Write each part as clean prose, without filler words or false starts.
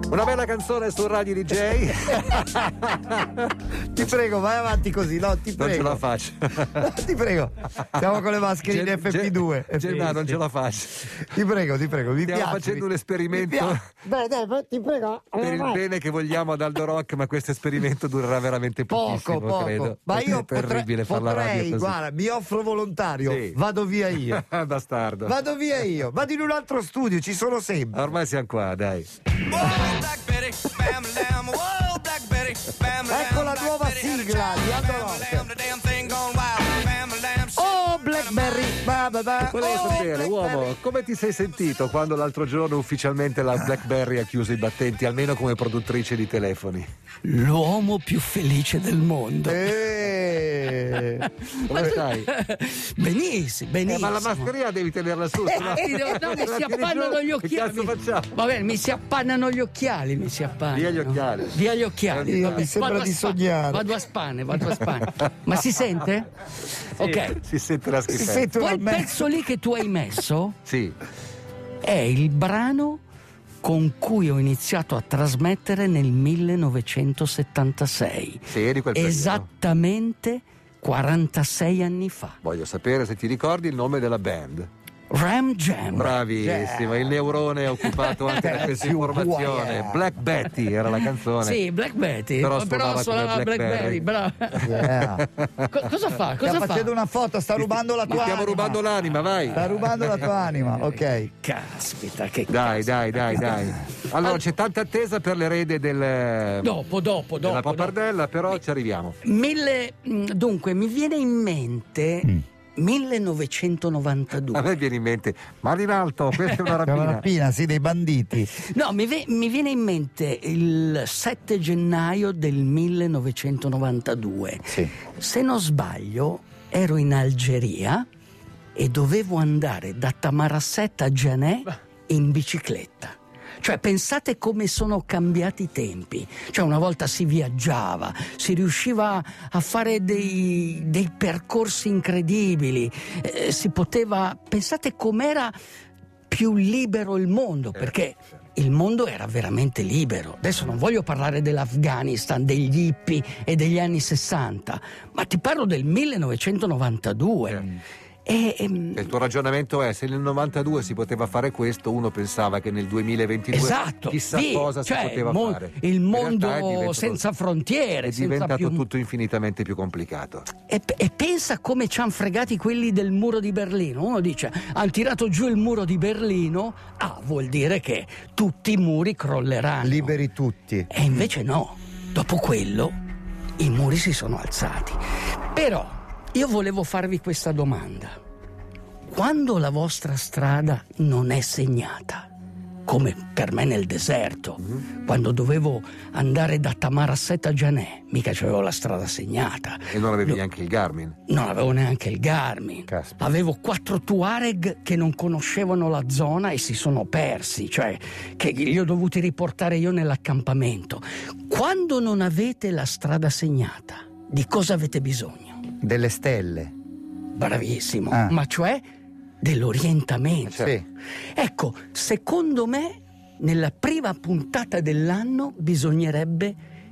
Una bella canzone su Radio DJ. Ti prego, vai avanti così, no, ti prego. Non ce la faccio. Ti prego. Siamo con le mascherine FP2. Non ce la faccio. Ti prego, mi Stiamo piace. facendo un esperimento Dai, ti prego. per il bene che vogliamo ad Aldo Rock, ma questo esperimento durerà veramente pochissimo, Poco. credo. Ma io è terribile fare la radio così. guarda, mi offro volontario, Sì. vado via io. Bastardo. Vado via io, vado in un altro studio, ci sono sempre. Ormai siamo qua, dai. Ecco la nuova sigla di Aldo Rock. Oh Blackberry, Volevo sapere, uomo, come ti sei sentito quando l'altro giorno ufficialmente la BlackBerry ha chiuso i battenti, almeno come produttrice di telefoni? L'uomo più felice del mondo. Come stai? Benissimo. Ma la mascherina devi tenerla su. No, mi si appannano gli occhiali. Che cazzo facciamo? Va bene, mi si appannano gli occhiali, Via gli occhiali. Via gli occhiali. Mi sembra di sognare. Vado a spanne. Ma si sente? Ok. Si sente la schifezza. sente Quel pezzo lì che tu hai messo Sì. è il brano con cui ho iniziato a trasmettere nel 1976. Sì, eri quel periodo. Esattamente 46 anni fa. Voglio sapere se ti ricordi il nome della band. Ram Jam. Bravissimo, il neurone è occupato anche da questa informazione. Black Betty era la canzone. Sì, Black Betty. Però suonava come Blackberry. Bravo. Yeah. Cosa fa? Sta facendo una foto, sta rubando la tua Ti stiamo anima. rubando l'anima, vai. Sta rubando la tua anima, ok. Caspita, che Dai. Allora c'è tanta attesa per l'erede Dopo. della pappardella, però ci arriviamo. Dunque, mi viene in mente 1992. A me viene in mente, mano in alto, questa è una È una rapina. rapina, sì, dei banditi. No, mi viene in mente il 7 gennaio del 1992. Sì. Se non sbaglio, ero in Algeria e dovevo andare da Tamarasset a Djenné in bicicletta. Cioè, pensate come sono cambiati i tempi. Cioè, una volta si viaggiava, si riusciva a fare dei percorsi incredibili, si poteva... Pensate com'era più libero il mondo, perché il mondo era veramente libero. Adesso non voglio parlare dell'Afghanistan, degli hippie e degli anni 60, ma ti parlo del 1992. Il tuo ragionamento è: se nel 92 si poteva fare questo, uno pensava che nel 2022 Esatto, chissà sì, cosa cioè, si poteva fare. Il In mondo realtà è diventato- senza frontiere, è senza diventato più... tutto infinitamente più complicato. E pensa come ci hanno fregati quelli del muro di Berlino. Uno dice: hanno tirato giù il muro di Berlino, vuol dire che tutti i muri crolleranno. Liberi tutti. E invece no, dopo quello i muri si sono alzati. Però io volevo farvi questa domanda: quando la vostra strada non è segnata, come per me nel deserto, quando dovevo andare da Tamarasset a Djenné, mica c'avevo la strada segnata. E non avevi neanche il Garmin. Non avevo neanche il Garmin. Caspita. Avevo 4 Tuareg che non conoscevano la zona e si sono persi, cioè che li ho dovuti riportare io nell'accampamento. Quando non avete la strada segnata, di cosa avete bisogno? Delle stelle. Bravissimo, Ah. ma cioè dell'orientamento. Sì. Ecco, secondo me nella prima puntata dell'anno bisognerebbe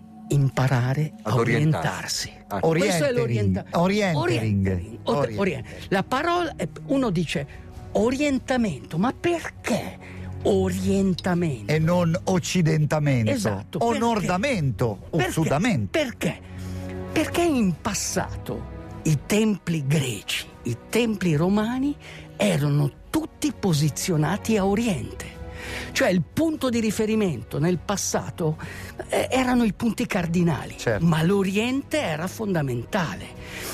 imparare Ad a orientarsi. orientarsi. Questo è Orientering. Orientering. La parola, uno dice orientamento, ma perché orientamento? E non occidentamento. Esatto, O perché? nordamento o Perché? sudamento. Perché? Perché in passato i templi greci, i templi romani erano tutti posizionati a oriente. Cioè il punto di riferimento nel passato erano i punti cardinali, Certo. ma l'Oriente era fondamentale.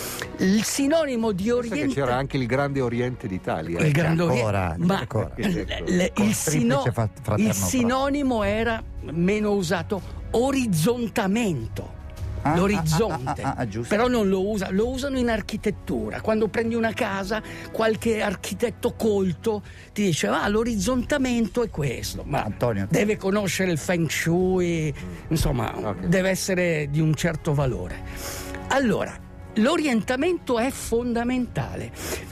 Il sinonimo di Pensa che Oriente... c'era anche il Grande Oriente d'Italia. Il Grande Ancora, Oriente, ma ancora. il Triplice fraterno sinonimo era meno usato, orizzontamento. L'orizzonte, giusto. però non lo usano in architettura. Quando prendi una casa, qualche architetto colto ti dice l'orizzontamento è questo, ma Antonio. deve conoscere il feng shui, insomma, Ok. deve essere di un certo valore. Allora, l'orientamento è fondamentale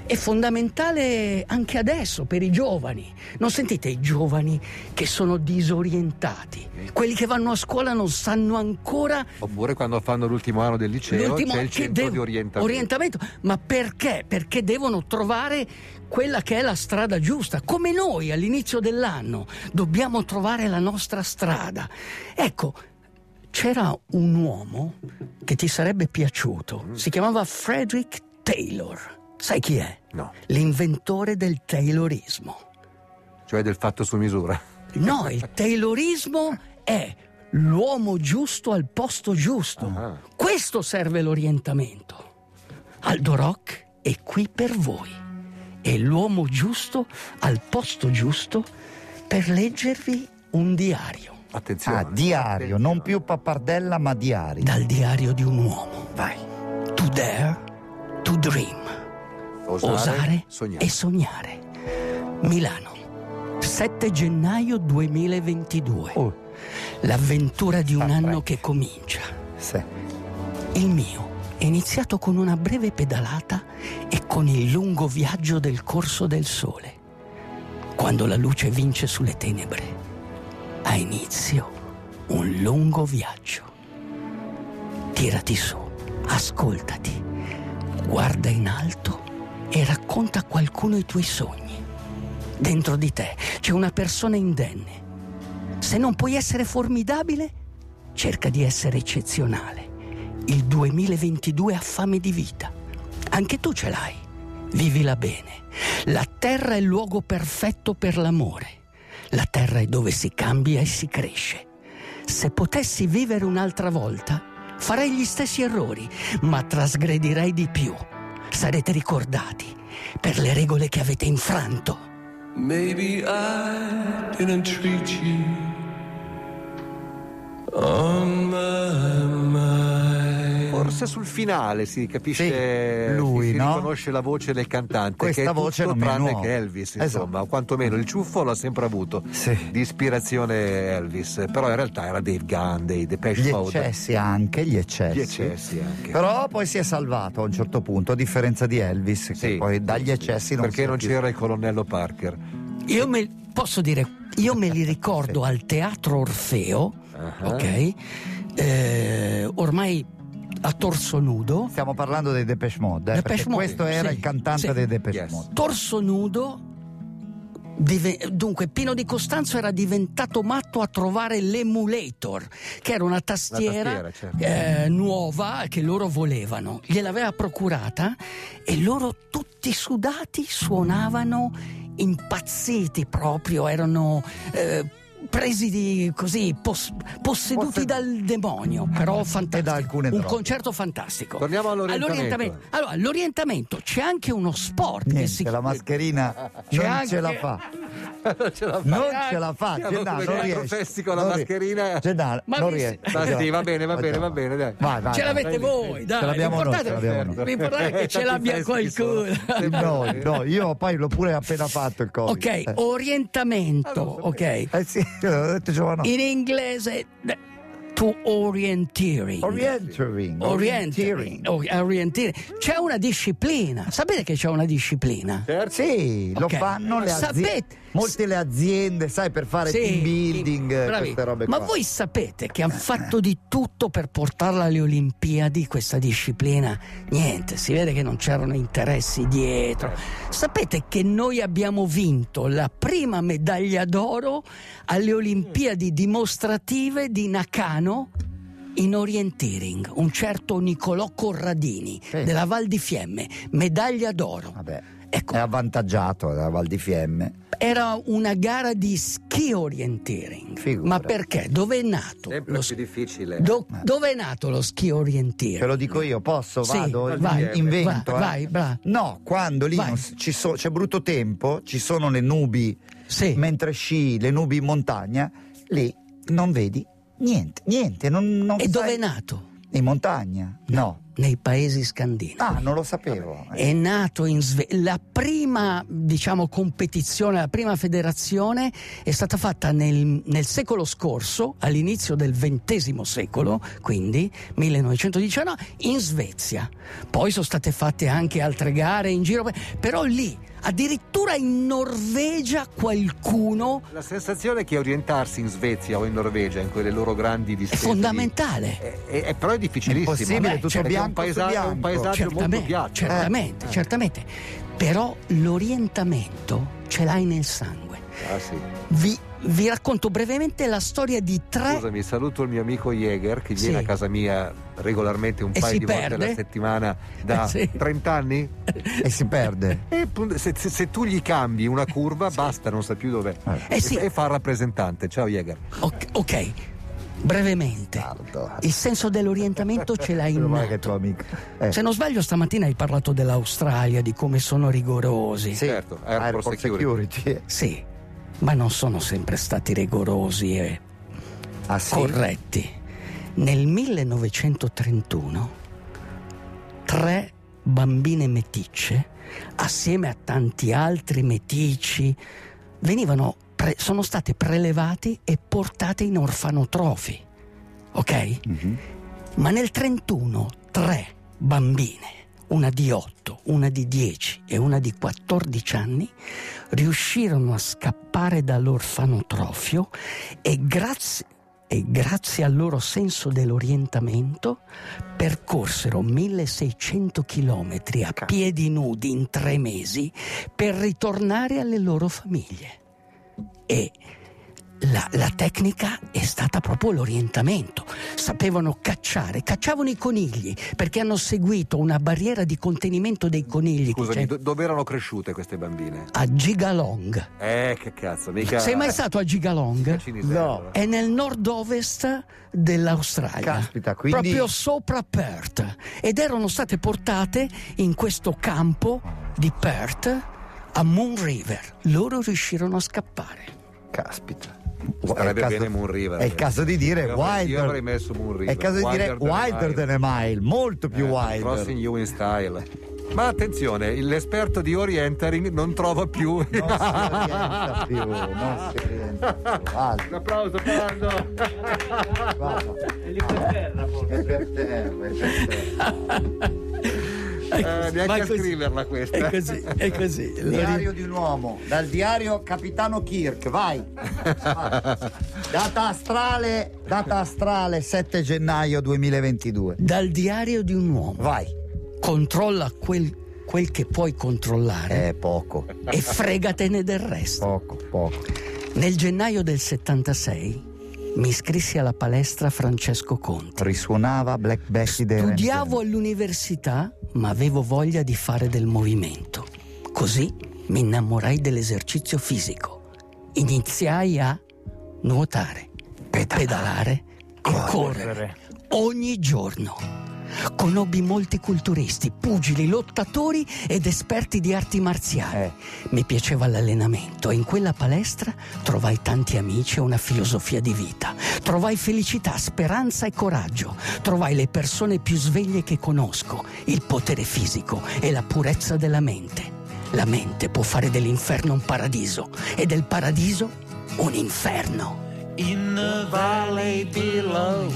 anche adesso per i giovani. Non sentite i giovani che sono disorientati, quelli che vanno a scuola non sanno ancora, oppure quando fanno l'ultimo anno del liceo c'è il centro di orientamento. Ma perché? Perché devono trovare quella che è la strada giusta, come noi all'inizio dell'anno dobbiamo trovare la nostra strada. Ecco, c'era un uomo che ti sarebbe piaciuto, si chiamava Frederick Taylor. Sai chi è? No. L'inventore del Taylorismo. Cioè del fatto su misura. No, il Taylorismo è l'uomo giusto al posto giusto. Ah. Questo serve l'orientamento. Aldo Rock è qui per voi. È l'uomo giusto al posto giusto per leggervi un diario. Attenzione. Diario, attenzione. non più pappardella, ma diario. Dal diario di un uomo. Vai. To dare to dream. Osare e sognare. Milano, 7 gennaio 2022. L'avventura di un anno che comincia. Sì. Il mio è iniziato con una breve pedalata e con il lungo viaggio del corso del sole. Quando la luce vince sulle tenebre, ha inizio un lungo viaggio. Tirati su, ascoltati, guarda in alto e racconta a qualcuno i tuoi sogni. Dentro di te c'è una persona indenne. Se non puoi essere formidabile, cerca di essere eccezionale. Il 2022 ha fame di vita. Anche tu ce l'hai. Vivila bene. La terra è il luogo perfetto per l'amore. La terra è dove si cambia e si cresce. Se potessi vivere un'altra volta, farei gli stessi errori, ma trasgredirei di più. Sarete ricordati per le regole che avete infranto. Maybe I didn't treat you on my mind. Forse sul finale si capisce, Sì, lui, si no? riconosce la voce del cantante, Questa che è voce tutto non mi è tranne nuova. che Elvis, insomma, Esatto. o quantomeno il ciuffo l'ha sempre avuto, Sì. di ispirazione Elvis, però in realtà era Dave Gunn, dei Depeche Gli Mode. eccessi anche, gli eccessi. Gli eccessi anche. Però poi si è salvato a un certo punto, a differenza di Elvis, che Sì, poi dagli eccessi non perché si è non più- c'era il colonnello Parker. Posso dire, io me li ricordo al Teatro Orfeo, Ah. ok? Ormai a torso nudo. Stiamo parlando dei Depeche Mode, Depeche perché Mode, questo era sì, il cantante sì. dei Depeche Yes. Mode. Torso nudo. Dunque Pino Di Costanzo era diventato matto a trovare l'emulator, che era una tastiera, certo. nuova che loro volevano. Gliel'aveva procurata e loro tutti sudati suonavano impazziti proprio, erano presi di così posseduti dal demonio, però fantastico. E da alcune un droghe. concerto fantastico. Torniamo all'orientamento. Allora, l'orientamento, c'è anche uno sport che si Niente, la mascherina C'è non anche- ce la fa. Non ce la fa. Non ce la fa, Siamo Gennaro, come non Pietro riesce. Fessi con la Non mascherina. Gennaro, Ma non mi- riesce. Ma sì, va bene, dai. Vai, ce l'avete vai. voi, dai. Ce l'abbiamo noi, ce l'abbiamo noi. L'importante è che ce Tanti l'abbia freschi qualcuno. No, io poi l'ho pure appena fatto il Covid. Ok, orientamento, ok. Sì, l'ho detto Giovanni. In inglese to orienteering. Orienteering. Orienteering. C'è una disciplina. Sapete che c'è una disciplina? Sì, lo Ok. fanno le aziende. Sapete- Molte le aziende, sai, per fare Sì, team building, bravi. queste robe Ma qua. voi sapete che hanno fatto di tutto per portarla alle Olimpiadi, questa disciplina? Niente, si vede che non c'erano interessi dietro. Sapete che noi abbiamo vinto la prima medaglia d'oro alle Olimpiadi dimostrative di Nakano in orienteering, un certo Nicolò Corradini Sì. della Val di Fiemme, medaglia d'oro. Vabbè, Ecco, è avvantaggiato dalla Val di Fiemme. era una gara di ski orienteering. Figurati. Ma perché? Dove è nato? Sempre lo più difficile. Dove è nato lo ski orienteering? Te lo dico io, posso? Sì, Vado? vai, Invento? vai, bravo. No, quando lì Vai. non c'è brutto tempo, ci sono le nubi, Sì. mentre sci, le nubi in montagna, lì non vedi niente, non E sai- dove è nato? In montagna? No. nei paesi scandinavi. Ah, non lo sapevo. È nato in la prima, diciamo, competizione, la prima federazione è stata fatta nel secolo scorso, all'inizio del XX secolo, quindi 1919, in Svezia. Poi sono state fatte anche altre gare in giro, però lì, addirittura in Norvegia, qualcuno... La sensazione è che orientarsi in Svezia o in Norvegia, in quelle loro grandi distese, è fondamentale. Però è difficilissimo. Impossibile, tutto perché bianco è un paesaggio certamente, molto piatto. certamente. Però l'orientamento ce l'hai nel sangue. Ah, sì. Vi racconto brevemente la storia di 3... Scusami, saluto il mio amico Jäger che viene Sì. a casa mia regolarmente un E paio si di volte perde? alla settimana da Sì. 30 anni. E si perde. E se tu gli cambi una curva, basta, non sa più dov'è. Sì. E fa il rappresentante. Ciao Jäger. Ok, brevemente. Il senso dell'orientamento ce l'hai Meno male che è innato. tuo amico. Se non sbaglio stamattina hai parlato dell'Australia, di come sono rigorosi. Sì, Certo, Airport Security. Sì, ma non sono sempre stati rigorosi e Ah, sì? corretti. Nel 1931 3 bambine meticce, assieme a tanti altri meticci, sono state prelevati e portate in orfanotrofi. Ok? Ma nel 31 3 bambine, una di 8, una di 10 e una di 14 anni, riuscirono a scappare dall'orfanotrofio e grazie al loro senso dell'orientamento percorsero 1600 chilometri a piedi nudi in 3 mesi per ritornare alle loro famiglie. E la tecnica è stata proprio l'orientamento. Sapevano cacciavano i conigli perché hanno seguito una barriera di contenimento dei conigli. Scusami, dove erano cresciute queste bambine? A Gigalong. Che cazzo, mica... Sei mai stato a Gigalong? No. È nel nord-ovest dell'Australia. Caspita, quindi- proprio sopra Perth. Ed erano state portate in questo campo di Perth a Moon River. Loro riuscirono a scappare. Caspita. Starebbe È il caso- bene Moon River. È il caso di dire Io avrei Wilder. messo Moon River. È il caso di dire Wilder than a mile, molto più Crossing Wilder. you in style. Ma attenzione, l'esperto di orientering non trova più. Non si orienta più, non si orienta più. Un applauso, Pardo. È lì per terra, forse. È per terra. Neanche Ma a così- scriverla questa. È così. Diario di un uomo, dal diario Capitano Kirk, vai. Data astrale 7 gennaio 2022. Dal diario di un uomo. Vai. Controlla quel che puoi controllare Poco, e fregatene del resto. poco. Nel gennaio del 76 mi iscrissi alla palestra Francesco Conti. Risuonava Black Betty De Studiavo all'università, ma avevo voglia di fare del movimento. Così mi innamorai dell'esercizio fisico. Iniziai a nuotare, pedalare e correre ogni giorno. Conobbi molti culturisti, pugili, lottatori ed esperti di arti marziali. Mi piaceva l'allenamento e in quella palestra trovai tanti amici e una filosofia di vita. Trovai felicità, speranza e coraggio. Trovai le persone più sveglie che conosco, il potere fisico e la purezza della mente. La mente può fare dell'inferno un paradiso e del paradiso un inferno. In the valley below.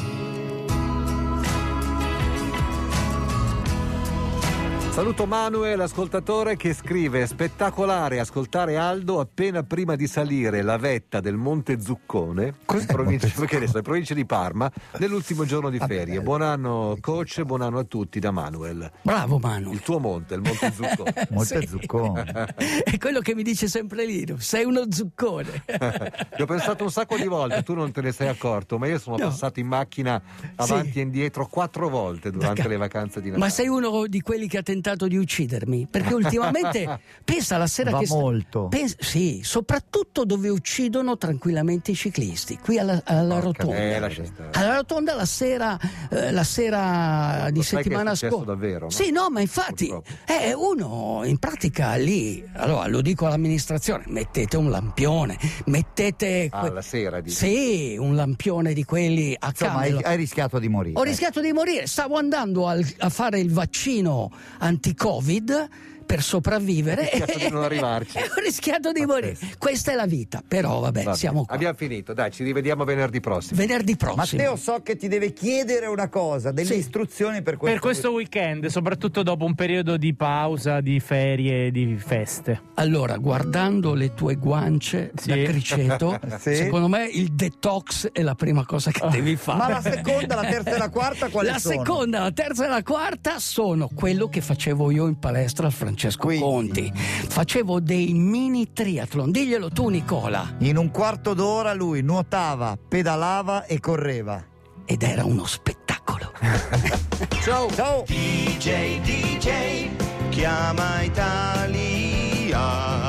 Saluto Manuel, ascoltatore, che scrive: spettacolare ascoltare Aldo appena prima di salire la vetta del Monte Zuccone, in provincia di Parma, nell'ultimo giorno di ferie. Buon anno coach, buon anno a tutti da Manuel. Bravo Manu. Il tuo monte, il Monte Zuccone. Molte zuccone. È quello che mi dice sempre Lino, sei uno zuccone. Ci ho pensato un sacco di volte, tu non te ne sei accorto, ma io sono passato in macchina avanti e indietro 4 volte durante le vacanze di Natale. Ma sei uno di quelli che ha tentato tentato di uccidermi, perché ultimamente pensa la sera Va che molto. sì, soprattutto dove uccidono tranquillamente i ciclisti, qui alla rotonda. lascia stare. Alla rotonda la sera di Lo sai settimana che è successo scorsa. davvero, no? Sì, no, ma infatti Purtroppo. uno in pratica lì, allora lo dico all'amministrazione, mettete un lampione, mettete La sera dici. sì, un lampione di quelli a Insomma, Camelot. hai rischiato di morire. Ho rischiato di morire, stavo andando a fare il vaccino anti-Covid per sopravvivere Hai rischiato di non arrivarci. e ho rischiato di morire. Questa è la vita, però vabbè, Vabbè, siamo qua. abbiamo finito, dai, ci rivediamo venerdì prossimo. Venerdì prossimo. Matteo, so che ti deve chiedere una cosa, delle Sì. istruzioni per Per questo weekend, soprattutto dopo un periodo di pausa, di ferie, di feste. Allora, guardando le tue guance Sì. da criceto, Sì. secondo me il detox è la prima cosa che devi fare. Ma la seconda, la terza e la quarta quali La sono? seconda, la terza e la quarta sono quello che facevo io in palestra al Francesco Quindi. Conti. Facevo dei mini triathlon. Diglielo tu, Nicola. In un quarto d'ora lui nuotava, pedalava e correva. Ed era uno spettacolo. Ciao! Ciao! DJ, chiama Italia.